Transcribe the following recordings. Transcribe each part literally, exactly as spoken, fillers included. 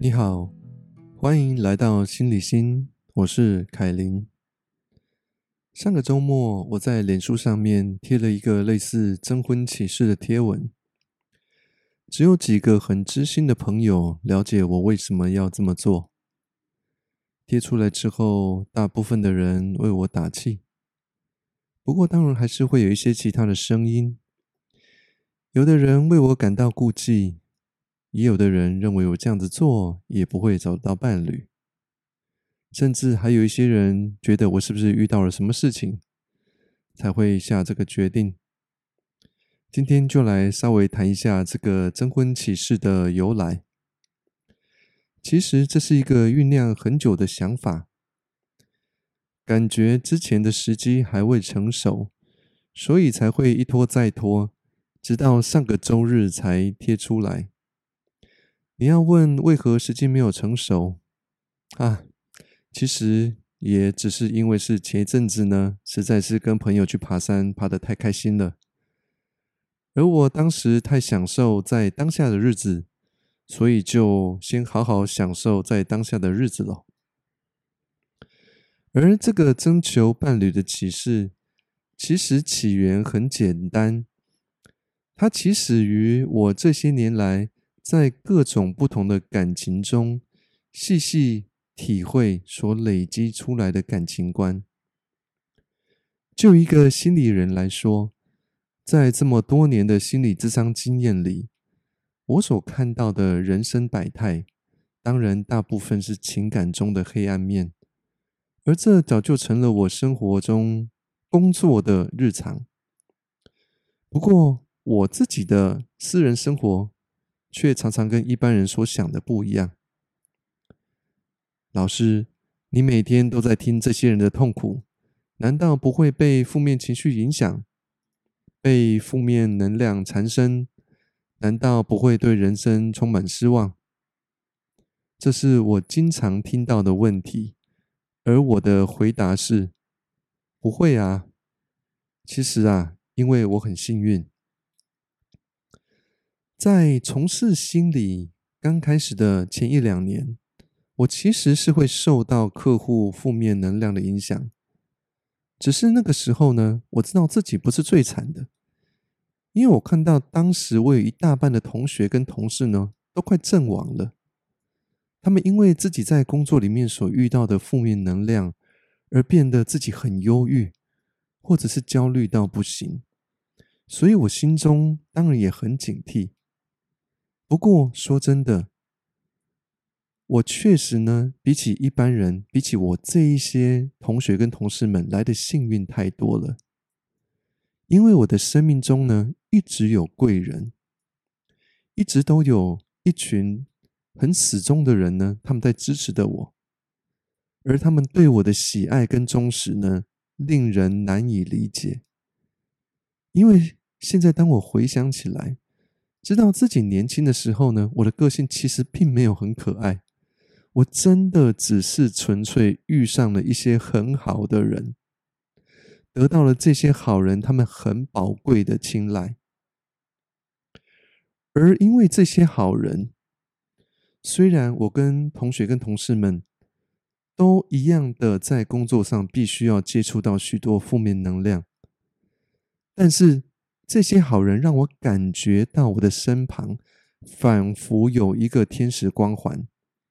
你好，欢迎来到心理心，我是凯琳。上个周末，我在脸书上面贴了一个类似征婚启事的贴文，只有几个很知心的朋友了解我为什么要这么做。贴出来之后，大部分的人为我打气，不过当然还是会有一些其他的声音。有的人为我感到顾忌，也有的人认为我这样子做也不会找到伴侣。甚至还有一些人觉得我是不是遇到了什么事情，才会下这个决定。今天就来稍微谈一下这个征婚启事的由来。其实这是一个酝酿很久的想法，感觉之前的时机还未成熟，所以才会一拖再拖，直到上个周日才贴出来。你要问为何时机没有成熟啊？其实也只是因为是前一阵子呢，实在是跟朋友去爬山，爬得太开心了。而我当时太享受在当下的日子，所以就先好好享受在当下的日子咯。而这个征求伴侣的启事，其实起源很简单，它起始于我这些年来在各种不同的感情中细细体会所累积出来的感情观。就一个心理人来说，在这么多年的心理咨商经验里，我所看到的人生百态，当然大部分是情感中的黑暗面，而这早就成了我生活中工作的日常。不过我自己的私人生活却常常跟一般人所想的不一样。老师，你每天都在听这些人的痛苦，难道不会被负面情绪影响，被负面能量缠身？难道不会对人生充满失望？这是我经常听到的问题，而我的回答是：不会啊。其实啊，因为我很幸运，在从事心理刚开始的前一两年，我其实是会受到客户负面能量的影响。只是那个时候呢，我知道自己不是最惨的，因为我看到当时我有一大半的同学跟同事呢，都快阵亡了。他们因为自己在工作里面所遇到的负面能量，而变得自己很忧郁，或者是焦虑到不行。所以我心中当然也很警惕。不过说真的，我确实呢，比起一般人，比起我这一些同学跟同事们来的幸运太多了。因为我的生命中呢，一直有贵人，一直都有一群很死忠的人呢，他们在支持着我，而他们对我的喜爱跟忠实呢，令人难以理解。因为现在当我回想起来，知道自己年轻的时候呢，我的个性其实并没有很可爱，我真的只是纯粹遇上了一些很好的人，得到了这些好人他们很宝贵的青睐。而因为这些好人，虽然我跟同学跟同事们都一样的在工作上必须要接触到许多负面能量，但是这些好人让我感觉到我的身旁仿佛有一个天使光环，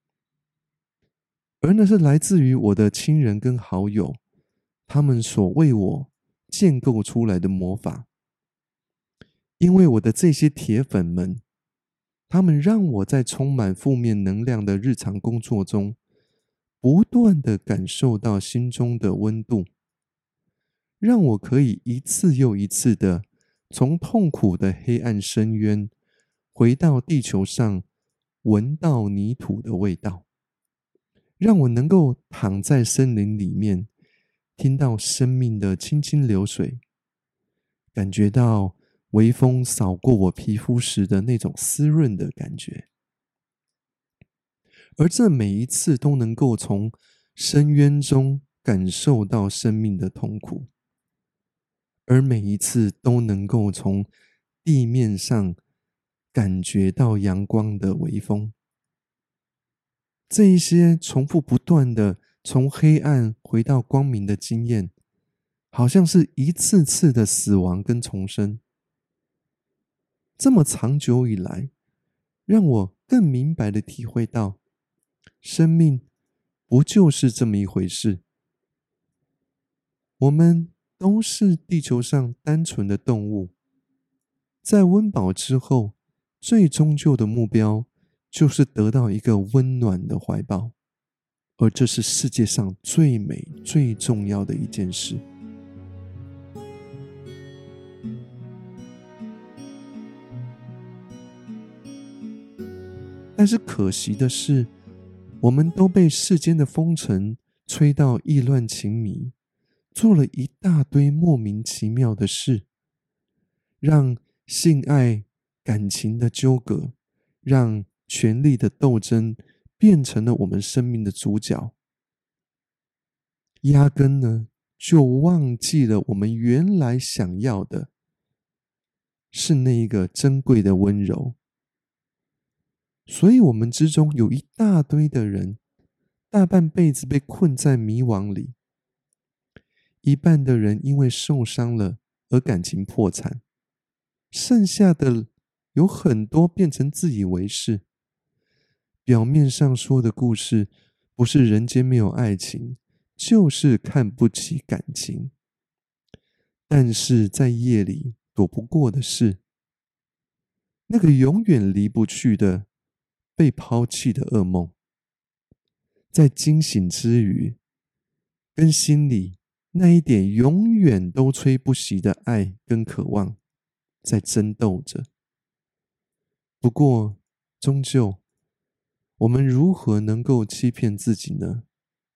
而那是来自于我的亲人跟好友，他们所为我建构出来的魔法。因为我的这些铁粉们，他们让我在充满负面能量的日常工作中，不断的感受到心中的温度，让我可以一次又一次的从痛苦的黑暗深渊回到地球上，闻到泥土的味道，让我能够躺在森林里面，听到生命的清清流水，感觉到微风扫过我皮肤时的那种湿润的感觉。而这每一次都能够从深渊中感受到生命的痛苦，而每一次都能够从地面上感觉到阳光的微风。 这一些重复不断的从黑暗回到光明的经验，好像是一次次的死亡跟重生。这么长久以来，让我更明白的体会到，生命不就是这么一回事。我们都是地球上单纯的动物，在温饱之后，最终究的目标就是得到一个温暖的怀抱，而这是世界上最美最重要的一件事。但是可惜的是，我们都被世间的风尘吹到意乱情迷，做了一大堆莫名其妙的事，让性爱感情的纠葛，让权力的斗争变成了我们生命的主角，压根呢就忘记了我们原来想要的是那一个珍贵的温柔。所以我们之中有一大堆的人，大半辈子被困在迷惘里，一半的人因为受伤了而感情破产，剩下的有很多变成自以为是。表面上说的故事，不是人间没有爱情，就是看不起感情。但是在夜里躲不过的是，那个永远离不去的被抛弃的噩梦，在惊醒之余，跟心里那一点永远都吹不熄的爱跟渴望在争斗着。不过终究，我们如何能够欺骗自己呢？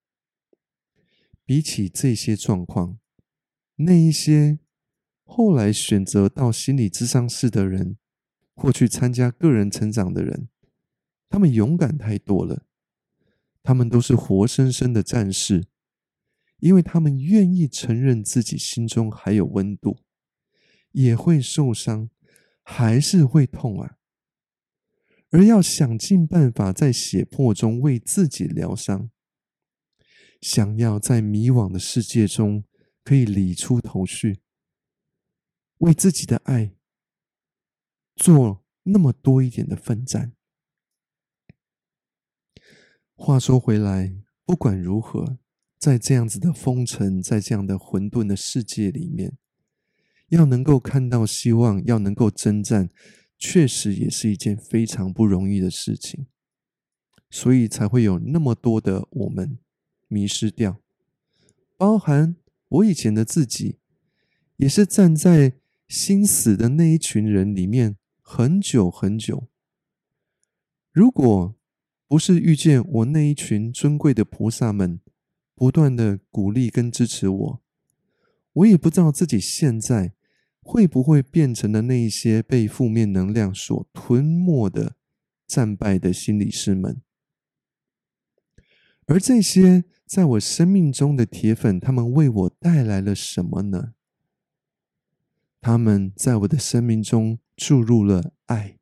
比起这些状况，那一些后来选择到心理咨商室的人，或去参加个人成长的人，他们勇敢太多了。他们都是活生生的战士，因为他们愿意承认自己心中还有温度，也会受伤，还是会痛啊。而要想尽办法在血泊中为自己疗伤，想要在迷惘的世界中可以理出头绪，为自己的爱做那么多一点的奋战。话说回来，不管如何，在这样子的风尘，在这样的混沌的世界里面，要能够看到希望，要能够征战，确实也是一件非常不容易的事情。所以才会有那么多的我们迷失掉，包含我以前的自己，也是站在心死的那一群人里面很久很久。如果不是遇见我那一群尊贵的菩萨们不断的鼓励跟支持我，我也不知道自己现在会不会变成了那一些被负面能量所吞没的战败的心理师们。而这些在我生命中的铁粉，他们为我带来了什么呢？他们在我的生命中注入了爱，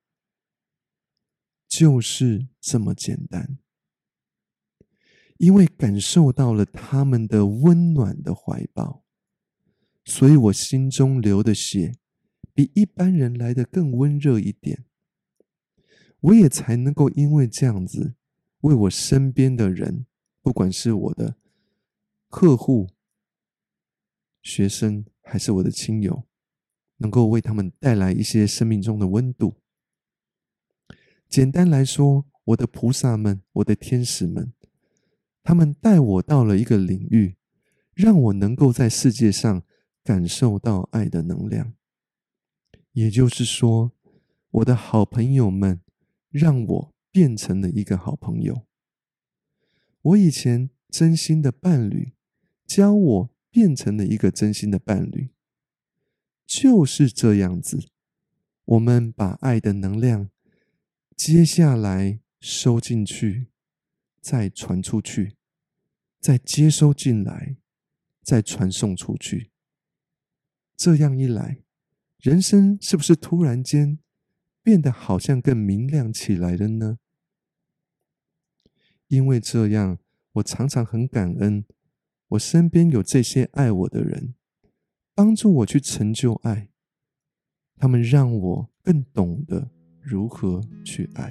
就是这么简单。因为感受到了他们的温暖的怀抱，所以我心中流的血比一般人来得更温热一点。我也才能够因为这样子，为我身边的人，不管是我的客户、学生，还是我的亲友，能够为他们带来一些生命中的温度。简单来说，我的菩萨们，我的天使们，他们带我到了一个领域，让我能够在世界上感受到爱的能量。也就是说，我的好朋友们让我变成了一个好朋友。我以前真心的伴侣教我变成了一个真心的伴侣。就是这样子，我们把爱的能量接下来收进去，再传出去，再接收进来，再传送出去。这样一来，人生是不是突然间变得好像更明亮起来了呢？ 因为这样，我常常很感恩，我身边有这些爱我的人，帮助我去成就爱，他们让我更懂得如何去爱。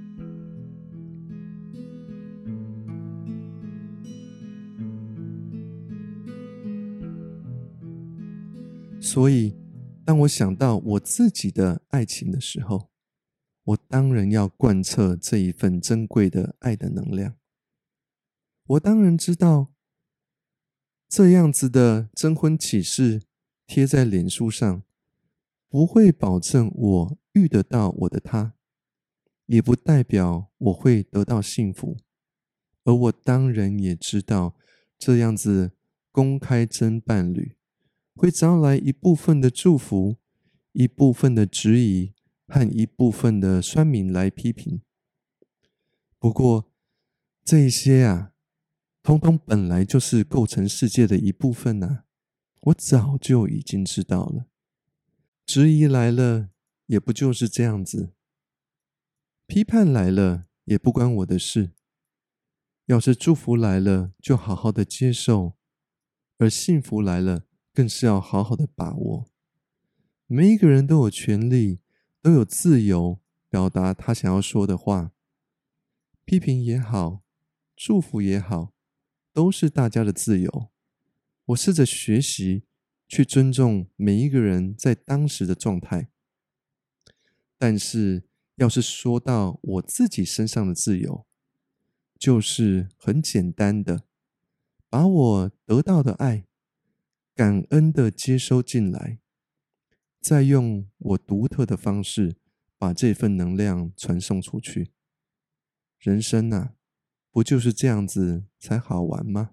所以，当我想到我自己的爱情的时候，我当然要贯彻这一份珍贵的爱的能量。我当然知道，这样子的征婚启事贴在脸书上，不会保证我遇得到我的他，也不代表我会得到幸福。而我当然也知道，这样子公开征伴侣，会招来一部分的祝福，一部分的质疑，和一部分的酸民来批评。不过，这一些啊，通通本来就是构成世界的一部分啊，我早就已经知道了。质疑来了，也不就是这样子；批判来了，也不关我的事。要是祝福来了，就好好的接受；而幸福来了，更是要好好的把握。每一个人都有权利，都有自由表达他想要说的话。批评也好，祝福也好，都是大家的自由。我试着学习，去尊重每一个人在当时的状态。但是，要是说到我自己身上的自由，就是很简单的，把我得到的爱，感恩的接收进来，再用我独特的方式，把这份能量传送出去。人生啊，不就是这样子才好玩吗？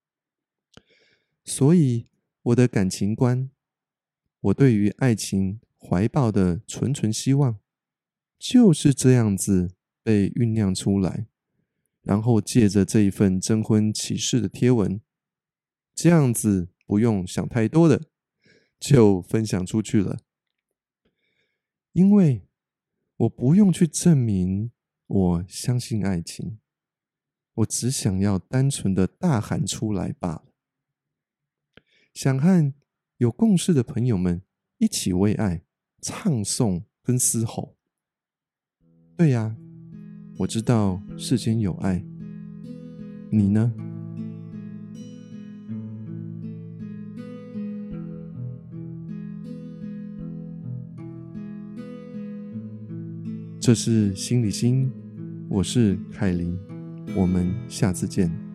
所以，我的感情观，我对于爱情怀抱的纯纯希望，就是这样子被酝酿出来，然后借着这一份征婚启事的贴文，这样子不用想太多的，就分享出去了。因为我不用去证明我相信爱情，我只想要单纯的大喊出来罢了。想和有共识的朋友们一起为爱唱颂跟嘶吼。对呀，我知道世间有爱，你呢？这是心理心，我是凯琳，我们下次见。